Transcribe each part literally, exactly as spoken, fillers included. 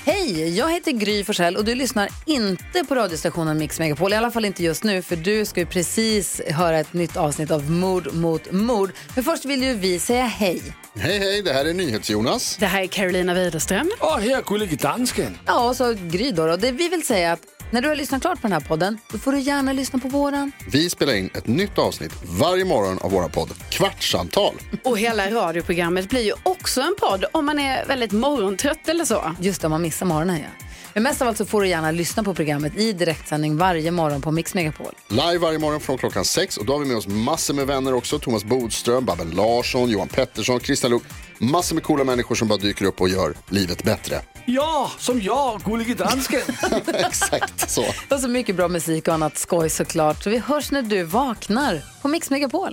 Hej, jag heter Gry Forssell och du lyssnar inte på radiostationen Mix Megapol. I alla fall inte just nu, för du ska ju precis höra ett nytt avsnitt av Mord mot mord. Men först vill ju vi säga hej. Hej, hej, det här är NyhetsJonas. Det här är Carolina Widerström. Och här är Gullige Dansken. Ja, och så Gry då. Och det vi vill säga att när du har lyssnat klart på den här podden, då får du gärna lyssna på våran. Vi spelar in ett nytt avsnitt varje morgon av våra podd Kvartsamtal. Och hela radioprogrammet blir ju också en podd om man är väldigt morgontrött eller så. Just det, om man missar morgonen, ja. Men mest av allt så får du gärna lyssna på programmet i direktsändning varje morgon på Mix Megapol. Live varje morgon från klockan sex. Och då har vi med oss massor med vänner också. Thomas Bodström, Babben Larsson, Johan Pettersson, Christian Luuk. Massor med coola människor som bara dyker upp och gör livet bättre. Ja, som jag, Gullige Dansken. Exakt så. Och så mycket bra musik och annat skoj såklart. Så vi hörs när du vaknar på Mix Megapol.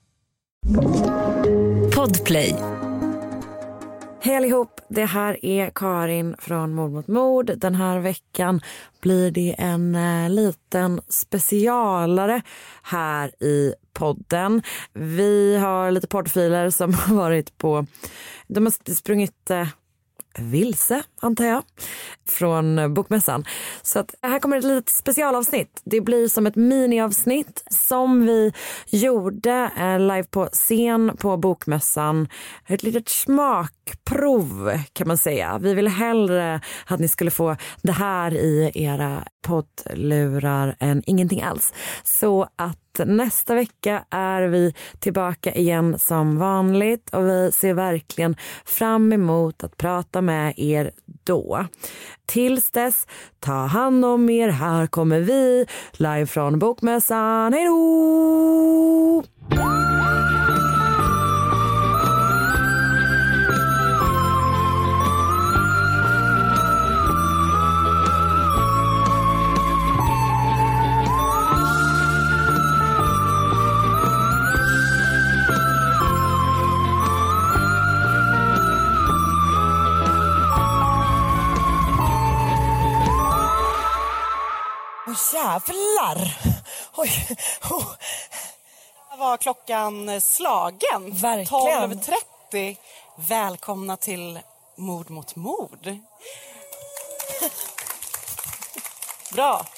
Podplay. Hej allihop, det här är Karin från Mord mot mord. Den här veckan blir det en eh, liten specialare här i podden. Vi har lite poddfiler som har varit på, de har sprungit eh, vilse antar jag, från Bokmässan. Så att här kommer ett litet specialavsnitt. Det blir som ett miniavsnitt som vi gjorde eh, live på scen på Bokmässan. Ett litet smakprov kan man säga. Vi ville hellre att ni skulle få det här i era poddlurar än ingenting alls. Så att nästa vecka är vi tillbaka igen som vanligt och vi ser verkligen fram emot att prata med er då. Tills dess, ta hand om er. Här kommer vi live från Bokmässan. Hej då! Jävlar! Oj. Oh. Det var klockan slagen. Verkligen. tolv trettio. Välkomna till Mord mot mord. Bra.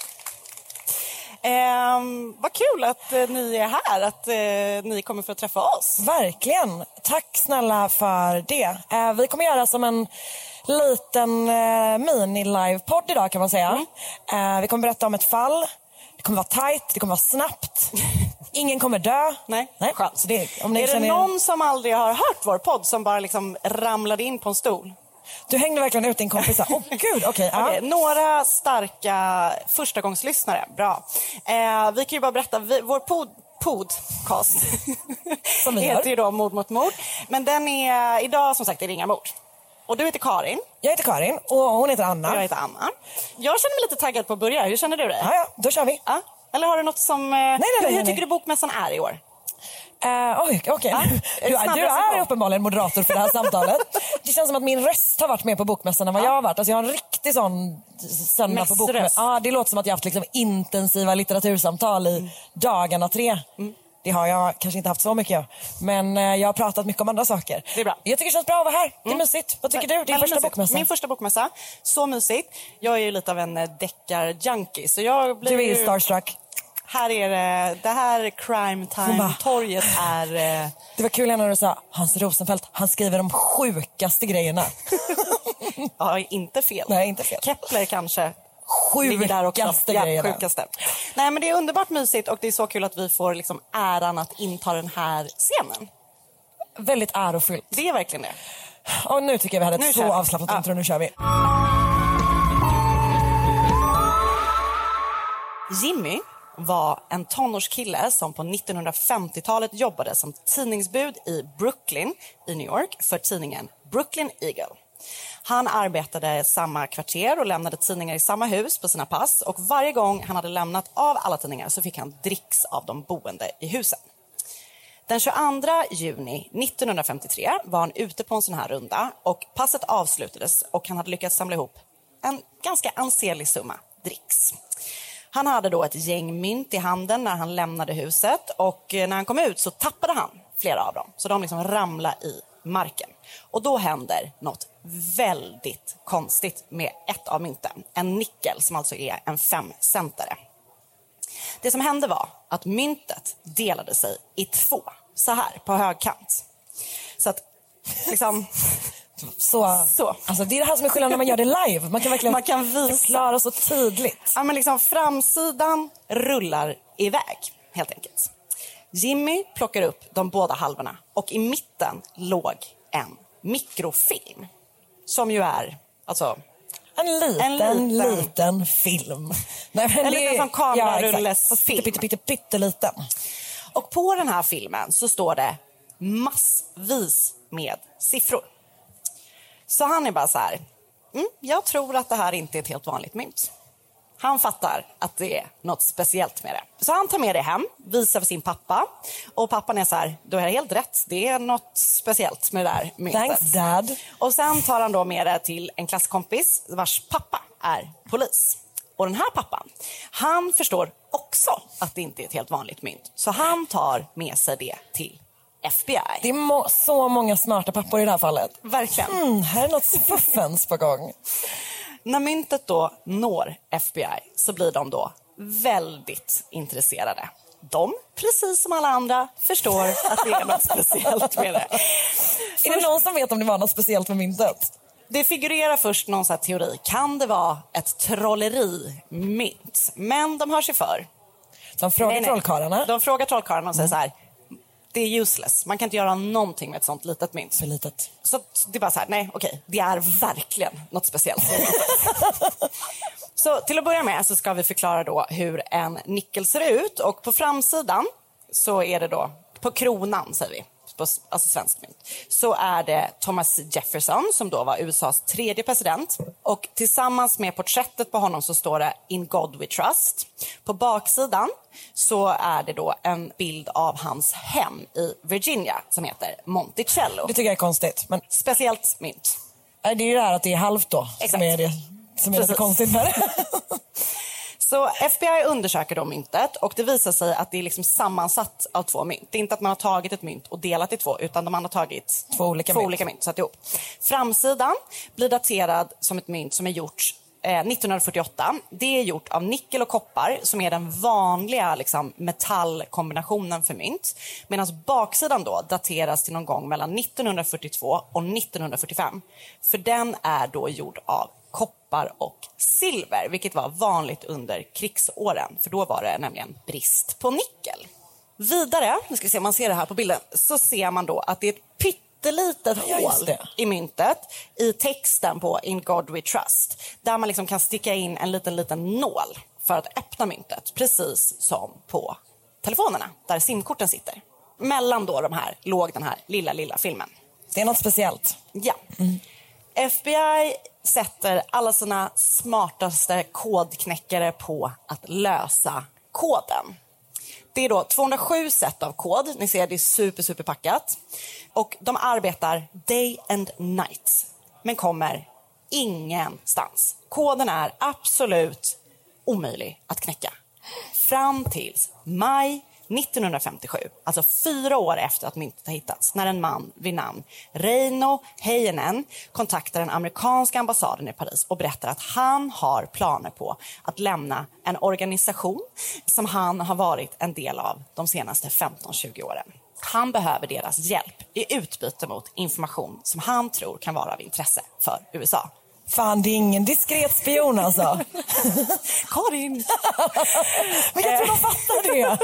Eh, vad kul att eh, ni är här, att eh, ni kommer för att träffa oss. Verkligen. Tack snälla för det. Eh, vi kommer göra som en liten eh, mini-live-podd idag kan man säga. Mm. Eh, vi kommer berätta om ett fall. Det kommer vara tajt, det kommer vara snabbt. Ingen kommer dö. Nej, Nej. skönt. Så det, om ni är känner... det någon som aldrig har hört vår podd som bara liksom ramlade in på en stol? Du hängde verkligen ut din kompis. Åh oh, gud, okej. Okay, okay, några starka förstagångslyssnare. Bra. Eh, vi kan ju bara berätta, vi, vår pod, podcast som vi heter ju då Mord mot mord. Men den är, idag som sagt är det inga mord. Och du heter Karin. Jag heter Karin och hon heter Anna. Och jag heter Anna. Jag känner mig lite taggad på att börja. Hur känner du dig? Ja, ja, då kör vi. Ja. Eller har du något som... Nej, nej, nej, hur nej. tycker du Bokmässan är i år? Uh, Oj, okej. Okay. Ja, du, du är uppenbarligen moderator för det här samtalet. Det känns som att min röst har varit med på Bokmässan än vad ja. jag har varit. Alltså jag har en riktig sån söndag på Bokmässan. Ja, det låter som att jag har haft liksom intensiva litteratursamtal i mm. dagarna tre. Mm. Det har jag kanske inte haft så mycket. Men jag har pratat mycket om andra saker. Det är bra. Jag tycker det känns bra att vara här. Det är mm. mysigt. Vad tycker du? Din första bokmässa? Min första bokmässa. Så mysigt. Jag är ju lite av en deckar-junkie. Så jag blir du är ju ju... starstruck. Här är det, det här Crime Time-torget är... Det var kul när du sa, Hans Rosenfeldt, han skriver de sjukaste grejerna. Ja, inte fel. Nej, inte fel. Kepler kanske. Sjukaste ja, grejerna. Sjukaste. Nej, men det är underbart mysigt och det är så kul att vi får liksom äran att inta den här scenen. Väldigt ärofyllt. Det är verkligen det. Och nu tycker jag vi hade ett nu så avslappnat ja. intro, nu kör vi. Jimmy var en tonårskille som på nittonhundrafemtiotalet jobbade som tidningsbud i Brooklyn i New York för tidningen Brooklyn Eagle. Han arbetade i samma kvarter och lämnade tidningar i samma hus på sina pass. Och varje gång han hade lämnat av alla tidningar så fick han dricks av de boende i husen. Den tjugoandra juni nittonhundrafemtiotre var han ute på en sån här runda. Och passet avslutades och han hade lyckats samla ihop en ganska ansenlig summa dricks. Han hade då ett gäng mynt i handen när han lämnade huset. Och när han kom ut så tappade han flera av dem. Så de liksom ramlade i marken. Och då händer något väldigt konstigt med ett av mynten. En nickel som alltså är en femcentare. Det som hände var att myntet delade sig i två, så här, på högkant. Så att, liksom... Så, så. Alltså, det är det här som är skillnaden när man gör det live. Man kan verkligen man kan visa. förklara så tydligt. Ja, men liksom, framsidan rullar iväg, helt enkelt. Jimmy plockar upp de båda halvorna och i mitten låg en mikrofilm. Som ju är, alltså... En liten, en liten, liten film. Nej, men en det, liten som kamerarulles-film. Ja, pytte, pytte, pytteliten. Och på den här filmen så står det massvis med siffror. Så han är bara så här, mm, jag tror att det här inte är ett helt vanligt mynt. Han fattar att det är något speciellt med det. Så han tar med det hem, visar för sin pappa. Och pappan är så här, du har helt rätt. Det är något speciellt med det där myntet. Thanks, dad. Och sen tar han då med det till en klasskompis vars pappa är polis. Och den här pappan, han förstår också att det inte är ett helt vanligt mynt. Så han tar med sig det till F B I. Det är må- så många smarta pappor i det här fallet. Verkligen. Mm, här är något fuffens på gång. När myntet då når F B I så blir de då väldigt intresserade. De, precis som alla andra, förstår att det är något speciellt med det. Först... Är det någon som vet om det var något speciellt med myntet? Det figurerar först någon sån här teori. Kan det vara ett trollerimynt? Men de hör sig för. De frågar nej, nej. trollkarlarna. De frågar trollkarlarna och säger mm. så här. Det är useless. Man kan inte göra någonting med ett sånt litet mynt. För litet. Så det är bara så här, nej okej, det är verkligen något speciellt. Så till att börja med så ska vi förklara då hur en nickel ser ut. Och på framsidan så är det då, på kronan säger vi, på, alltså svensk mynt, så är det Thomas Jefferson som då var U S A's tredje president. Och tillsammans med porträttet på honom så står det In God We Trust. På baksidan så är det då en bild av hans hem i Virginia som heter Monticello. Det tycker jag är konstigt. Men... Speciellt mynt. Det är ju det här att det är halvt då. Exakt. Som är det som är lite konstigt med det. Så F B I undersöker då myntet och det visar sig att det är liksom sammansatt av två mynt. Det är inte att man har tagit ett mynt och delat i två, utan de har tagit två olika två mynt. Olika mynt satt ihop. Framsidan blir daterad som ett mynt som är gjort eh, nittonhundrafyrtioåtta. Det är gjort av nickel och koppar som är den vanliga liksom, metallkombinationen för mynt. Medan baksidan då dateras till någon gång mellan nittonhundrafyrtiotvå och nittonhundrafyrtiofem. För den är då gjord av koppar och silver, vilket var vanligt under krigsåren. För då var det nämligen brist på nickel. Vidare, nu ska vi se om man ser det här på bilden, så ser man då att det är ett pyttelitet ja, hål i myntet i texten på In God We Trust. Där man liksom kan sticka in en liten, liten nål för att öppna myntet. Precis som på telefonerna, där simkorten sitter. Mellan då de här låg den här lilla, lilla filmen. Det är något speciellt. Ja. Mm. F B I sätter alla sina smartaste kodknäckare på att lösa koden. Det är då tvåhundrasju sätt av kod. Ni ser, det är super, super packat. Och de arbetar day and night. Men kommer ingenstans. Koden är absolut omöjlig att knäcka. Fram tills maj nittonhundrafemtiosju, alltså fyra år efter att myntet har hittats, när en man vid namn Reino Heinonen kontaktar den amerikanska ambassaden i Paris och berättar att han har planer på att lämna en organisation som han har varit en del av de senaste femton till tjugo åren. Han behöver deras hjälp i utbyte mot information som han tror kan vara av intresse för U S A. Fan, det är ingen diskret spion alltså. Karin! Men jag tror man fattar det.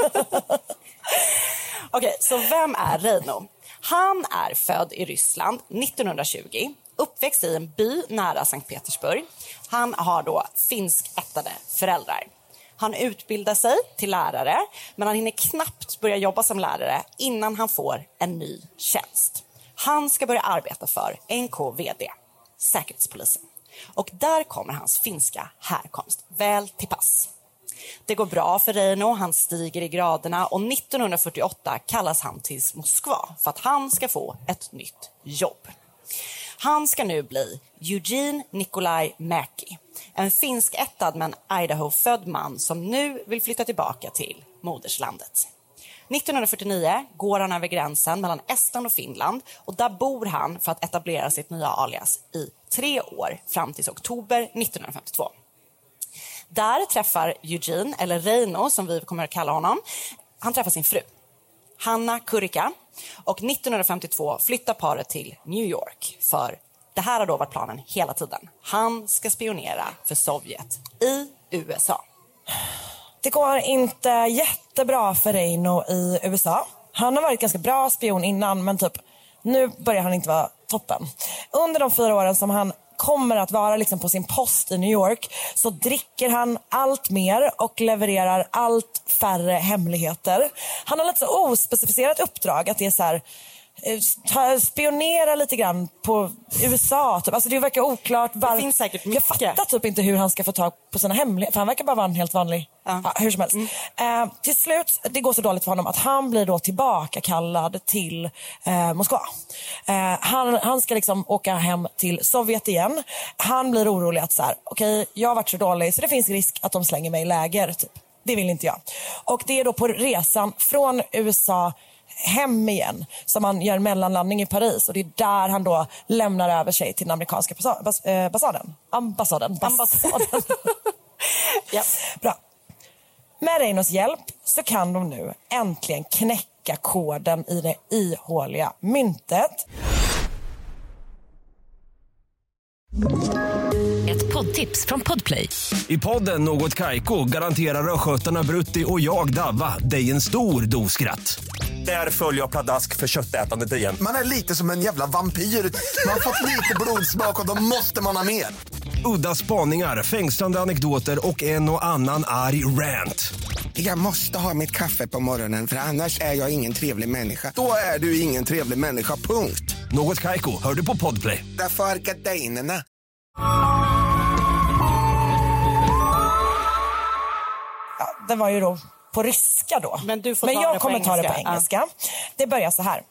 Okej, okay, så vem är Reino? Han är född i Ryssland nittonhundratjugo, uppväxt i en by nära Sankt Petersburg. Han har då finskättade föräldrar. Han utbildar sig till lärare, men han hinner knappt börja jobba som lärare innan han får en ny tjänst. Han ska börja arbeta för N K V D, Säkerhetspolisen. Och där kommer hans finska härkomst väl till pass. Det går bra för Reino, han stiger i graderna och nittonhundrafyrtioåtta kallas han till Moskva för att han ska få ett nytt jobb. Han ska nu bli Eugene Nikolai Mäki, en finskättad men Idaho-född man som nu vill flytta tillbaka till moderslandet. nittonhundrafyrtionio går han över gränsen mellan Estland och Finland och där bor han för att etablera sitt nya alias i tre år fram till oktober nittonhundrafemtiotvå. Där träffar Eugene, eller Reino som vi kommer att kalla honom, han träffar sin fru, Hanna Kurika, och nittonhundrafemtiotvå flyttar paret till New York för det här har då varit planen hela tiden. Han ska spionera för Sovjet i U S A. Det går inte jättebra för Reino i U S A. Han har varit ganska bra spion innan, men typ nu börjar han inte vara toppen. Under de fyra åren som han kommer att vara liksom på sin post i New York så dricker han allt mer och levererar allt färre hemligheter. Han har lite så ospecificerat uppdrag att det är så här ta, spionera lite grann på U S A typ. Alltså det verkar oklart var... Det finns säkert mycket. Jag fattar typ inte hur han ska få tag på sina hemligheter, för han verkar bara vara en helt vanlig ja. Ja, hur som helst. Mm. Eh, till slut, det går så dåligt för honom att han blir då tillbaka kallad till eh, Moskva. Eh, han, han ska liksom åka hem till Sovjet igen. Han blir orolig att så här, okej, okay, jag har varit så dålig så det finns risk att de slänger mig i läger typ. Det vill inte jag. Och det är då på resan från U S A hem igen som han gör en mellanlandning i Paris och det är där han då lämnar över sig till den amerikanska ambassaden. Ambassaden. Ambassaden. Ja. Bra. Med Reinos hjälp så kan de nu äntligen knäcka koden i det ihåliga myntet. Ett poddtips från Podplay. I podden Något Kaiko garanterar röskötarna Brutti och jag Davva dig en stor doskratt. Där följer jag pladask för köttätandet igen. Man är lite som en jävla vampyr. Man har fått lite blodsmak och då måste man ha mer. Udda spaningar, fängslande anekdoter och en och annan arg rant. Jag måste ha mitt kaffe på morgonen för annars är jag ingen trevlig människa. Då är du ingen trevlig människa, punkt. Något Kaiko, hör du på Podplay. Därför är gardinerna. Ja, det var ju då på ryska då. Men, du får Men ta jag det kommer på ta det på engelska. engelska. Ja. Det börjar så här.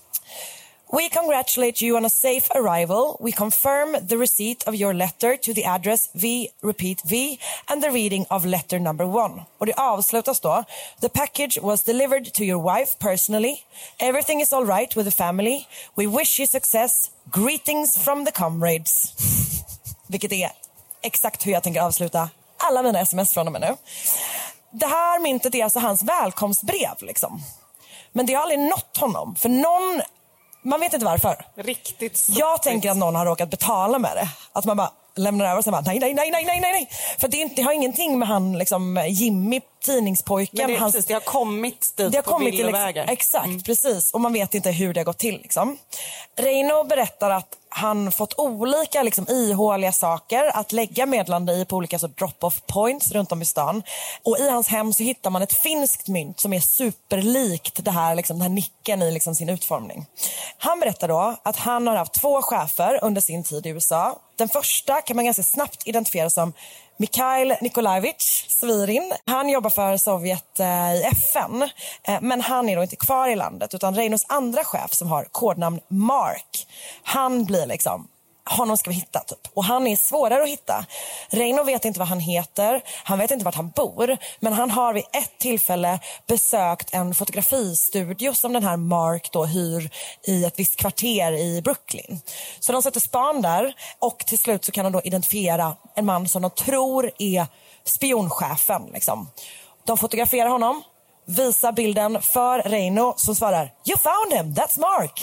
We congratulate you on a safe arrival. We confirm the receipt of your letter to the address V, repeat V, and the reading of letter number one. Och det avslutas då. The package was delivered to your wife personally. Everything is all right with the family. We wish you success. Greetings from the comrades. Vilket är exakt hur jag tänker avsluta alla mina sms från och med nu. Det här myntet är alltså hans välkomstbrev liksom. Men det har aldrig nått honom. För någon, man vet inte varför. Riktigt så. Jag tänker att någon har råkat betala med det. Att man bara lämnar över och säger nej, nej, nej, nej, nej, nej. För det, är inte, det har ingenting med han liksom Jimmy, tidningspojken. Men det, är hans, precis, det har kommit dit det har på kommit till, villovägar. Exakt, mm. precis. Och man vet inte hur det har gått till liksom. Reino berättar att han fått olika liksom, ihåliga saker att lägga meddelande i på olika så drop-off points runt om i stan. Och i hans hem så hittar man ett finskt mynt som är superlikt det här, liksom, den här nicken i liksom, sin utformning. Han berättar då att han har haft två chefer under sin tid i U S A. Den första kan man ganska snabbt identifiera som Mikhail Nikolajevich Svirin. Han jobbar för Sovjet eh, i F N. Eh, men han är då inte kvar i landet. Utan Reinos andra chef som har kodnamn Mark. Han blir liksom, honom ska vi hitta typ. Och han är svårare att hitta. Reino vet inte vad han heter. Han vet inte vart han bor. Men han har vid ett tillfälle besökt en fotografistudio som den här Mark då hyr i ett visst kvarter i Brooklyn. Så de sätter span där. Och till slut så kan de då identifiera en man som de tror är spionchefen. Liksom. De fotograferar honom. Visar bilden för Reino som svarar You found him, that's Mark.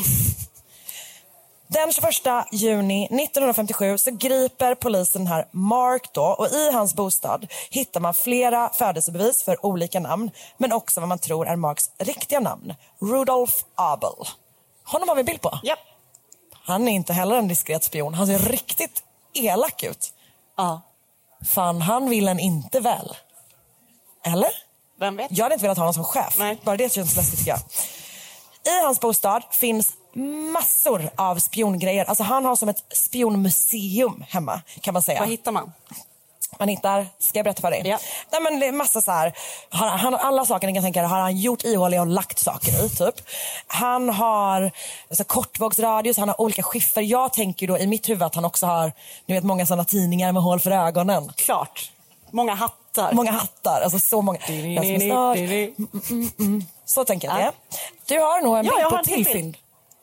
Den tjugoförsta juni nittonhundrafemtiosju så griper polisen den här Mark då, och i hans bostad hittar man flera födelsebevis för olika namn, men också vad man tror är Marks riktiga namn, Rudolf Abel. Honom har vi bild på. Yep. Han är inte heller en diskret spion, han ser riktigt elak ut. Ja. Fan, han vill en inte väl. Eller? Vem vet? Jag hade inte velat ha honom som chef. Nej. Bara det känns läskigt tycker jag. I hans bostad finns massor av spiongrejer. Alltså han har som ett spionmuseum hemma, kan man säga. Vad hittar man? Man hittar, ska jag berätta för dig? Ja. Nej, men det är massa så här, han, han, alla saker ni kan tänka er har han gjort ihåliga och lagt saker i typ. Han har alltså, kortvågsradios, han har olika skiffer. Jag tänker då i mitt huvud att han också har, ni vet, många sådana tidningar med hål för ögonen. Klart. Många hattar. Många hattar, alltså så många. Mm, mm, mm. Så tänker jag Ja. det. Du har nog en Ja, bild jag på har en till till bild. fynd.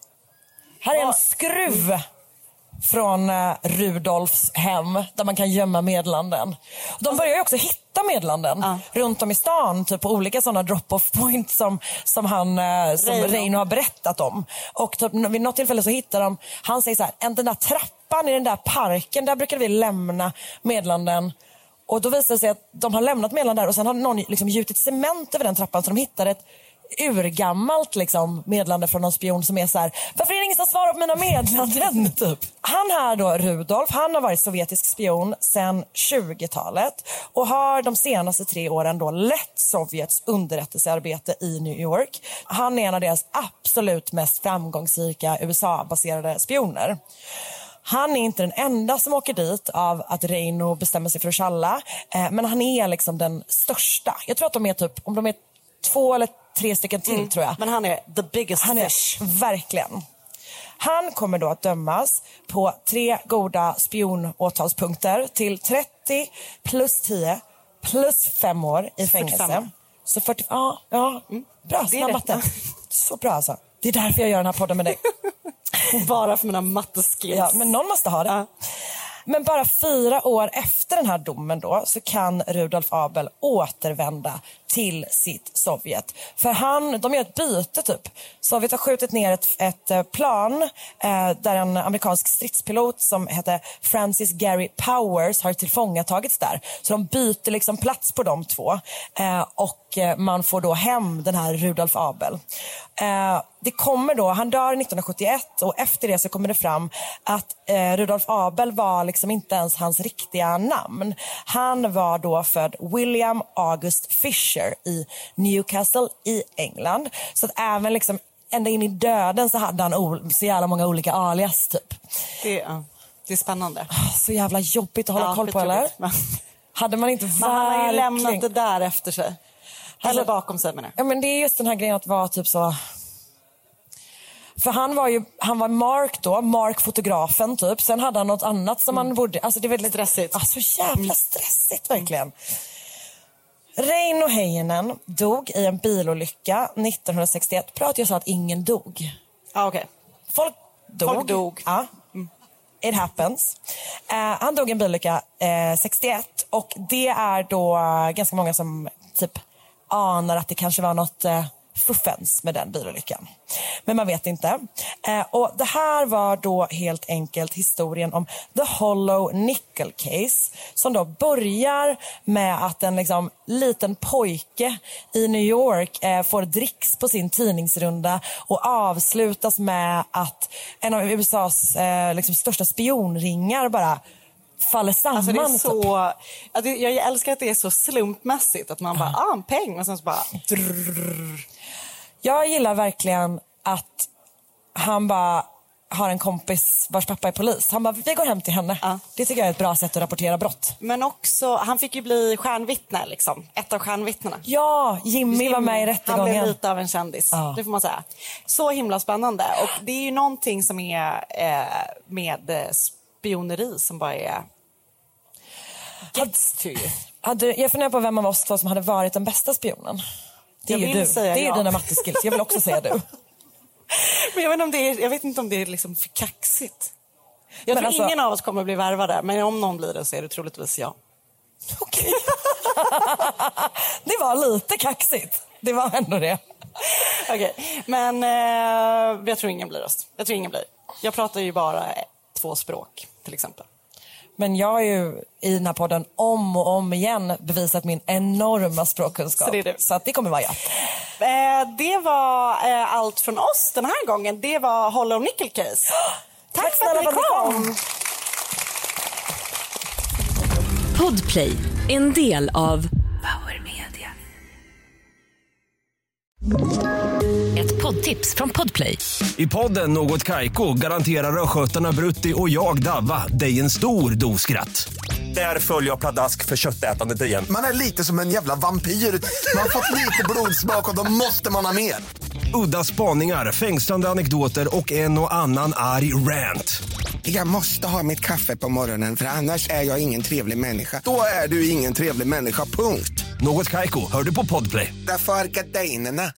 Här är en skruv från uh, Rudolfs hem där man kan gömma meddelanden. De börjar ju också hitta meddelanden Ja. runt om i stan, typ på olika sådana drop-off points som, som, han, uh, som Reino. Reino har berättat om. Och typ, vid något tillfälle så hittar de, han säger så här, den där trappan i den där parken, där brukar vi lämna meddelanden. Och då visar det sig att de har lämnat meddelanden där och sen har någon liksom gjutit cement över den trappan så de hittade ett urgammalt liksom, meddelande från någon spion som är så här: varför är det ingen som svarar på mina meddelanden? Typ. Han här då, Rudolf, han har varit sovjetisk spion sedan tjugotalet och har de senaste tre åren då lett Sovjets underrättelsearbete i New York. Han är en av deras absolut mest framgångsrika U S A-baserade spioner. Han är inte den enda som åker dit av att Reino bestämmer sig för att tjalla, eh, men han är liksom den största. Jag tror att de är typ, om de är två eller tre stycken till mm. tror jag. Men han är the biggest han är, fish. Verkligen. Han kommer då att dömas på tre goda spionåtalspunkter till trettio plus tio plus fem år i fängelse. fyrtiofem. Så fyrtio, ja, ja. Mm. Bra, Det är snabb rätt. matte. Så bra alltså. Det är därför jag gör den här podden med dig. Bara för mina matteskills. Ja, men någon måste ha det. Ja. Men bara fyra år efter den här domen då så kan Rudolf Abel återvända till sitt Sovjet. För han, de gör ett byte typ. Sovjet har skjutit ner ett, ett plan eh, där en amerikansk stridspilot som heter Francis Gary Powers har tillfångatagits där. Så de byter liksom plats på de två eh, och eh, man får då hem den här Rudolf Abel. Eh, det kommer då, han dör nittonhundrasjuttioett och efter det så kommer det fram att eh, Rudolf Abel var liksom inte ens hans riktiga namn. Han var då född William August Fisher i Newcastle i England. Så att även liksom ända in i döden så hade han o- så jävla många olika alias typ. Det, ja, det är spännande. Så jävla jobbigt att hålla Ja, koll på, det tror jag. eller? Men, Hade man inte men han har ju verkligen- lämnat det där efter sig. Eller Alltså- bakom sig menar jag. Ja, men det är just den här grejen att vara typ så... För han var ju, han var Mark då, Mark fotografen typ. Sen hade han något annat som Mm. han borde... Alltså det är väldigt Stressigt. Alltså jävla stressigt verkligen. Reino Heinonen dog i en bilolycka nittonhundrasextioett. Pratar jag så att ingen dog. Ja, okej. Folk dog. Folk dog. Ja. It happens. Uh, han dog i en bilolycka uh, sextioett och det är då uh, ganska många som typ anar att det kanske var något uh, fuffens med den bilolyckan. Men man vet inte. Uh, och det här var då helt enkelt historien om The Hollow Nickel Case som då börjar med att en liksom, liten pojke i New York uh, får dricks på sin tidningsrunda och avslutas med att en av U S As uh, liksom, största spionringar bara faller samman. Alltså det är typ. så, alltså jag älskar att det är så slumpmässigt. Att man bara, ah, en peng. Och sen så bara... Drrrr. Jag gillar verkligen att han bara har en kompis vars pappa är polis. Han bara, vi går hem till henne. Ja. Det tycker jag är ett bra sätt att rapportera brott. Men också, han fick ju bli stjärnvittne liksom. Ett av stjärnvittnena. Ja, Jimmy var med i Han rättegången. blev lite av en kändis, Ja. det får man säga. Så himla spännande. Och det är ju någonting som är eh, med eh, spioneri som bara är... Gets to you. Hade, jag funderar på vem av oss två som hade varit den bästa spionen. Det är Jag ju vill du. säga Det är ju ja. dina matteskills. Jag vill också säga du. Men jag vet, inte om det är, jag vet inte om det är liksom för kaxigt. Jag Men tror alltså- ingen av oss kommer att bli värvade. Men om någon blir det så är det troligtvis jag. Okej. Det var lite kaxigt. Det var ändå det. Okej, men eh, jag tror ingen blir oss. Jag tror ingen blir. Jag pratar ju bara två språk, till exempel. Men jag har ju i den här podden om och om igen bevisat min enorma språkkunskap. Så det är du. Så att det kommer vara jag. Eh, det var eh, allt från oss den här gången. Det var Hollow Nickel Case. Tack, Tack för att snälla ni för att ni kom. kom. Podplay, en del av Power Media. Ett poddtips från Podplay. I podden Något Kaiko garanterar röskötarna Brutti och jag Davva dig en stor dos skratt. Där följer jag pladask för köttätandet igen. Man är lite som en jävla vampyr. Man har fått lite blodsmak och då måste man ha mer. Udda spaningar, fängslande anekdoter och en och annan arg rant. Jag måste ha mitt kaffe på morgonen för annars är jag ingen trevlig människa. Då är du ingen trevlig människa, punkt. Något Kaiko, hör du på Podplay. Därför är gardinerna.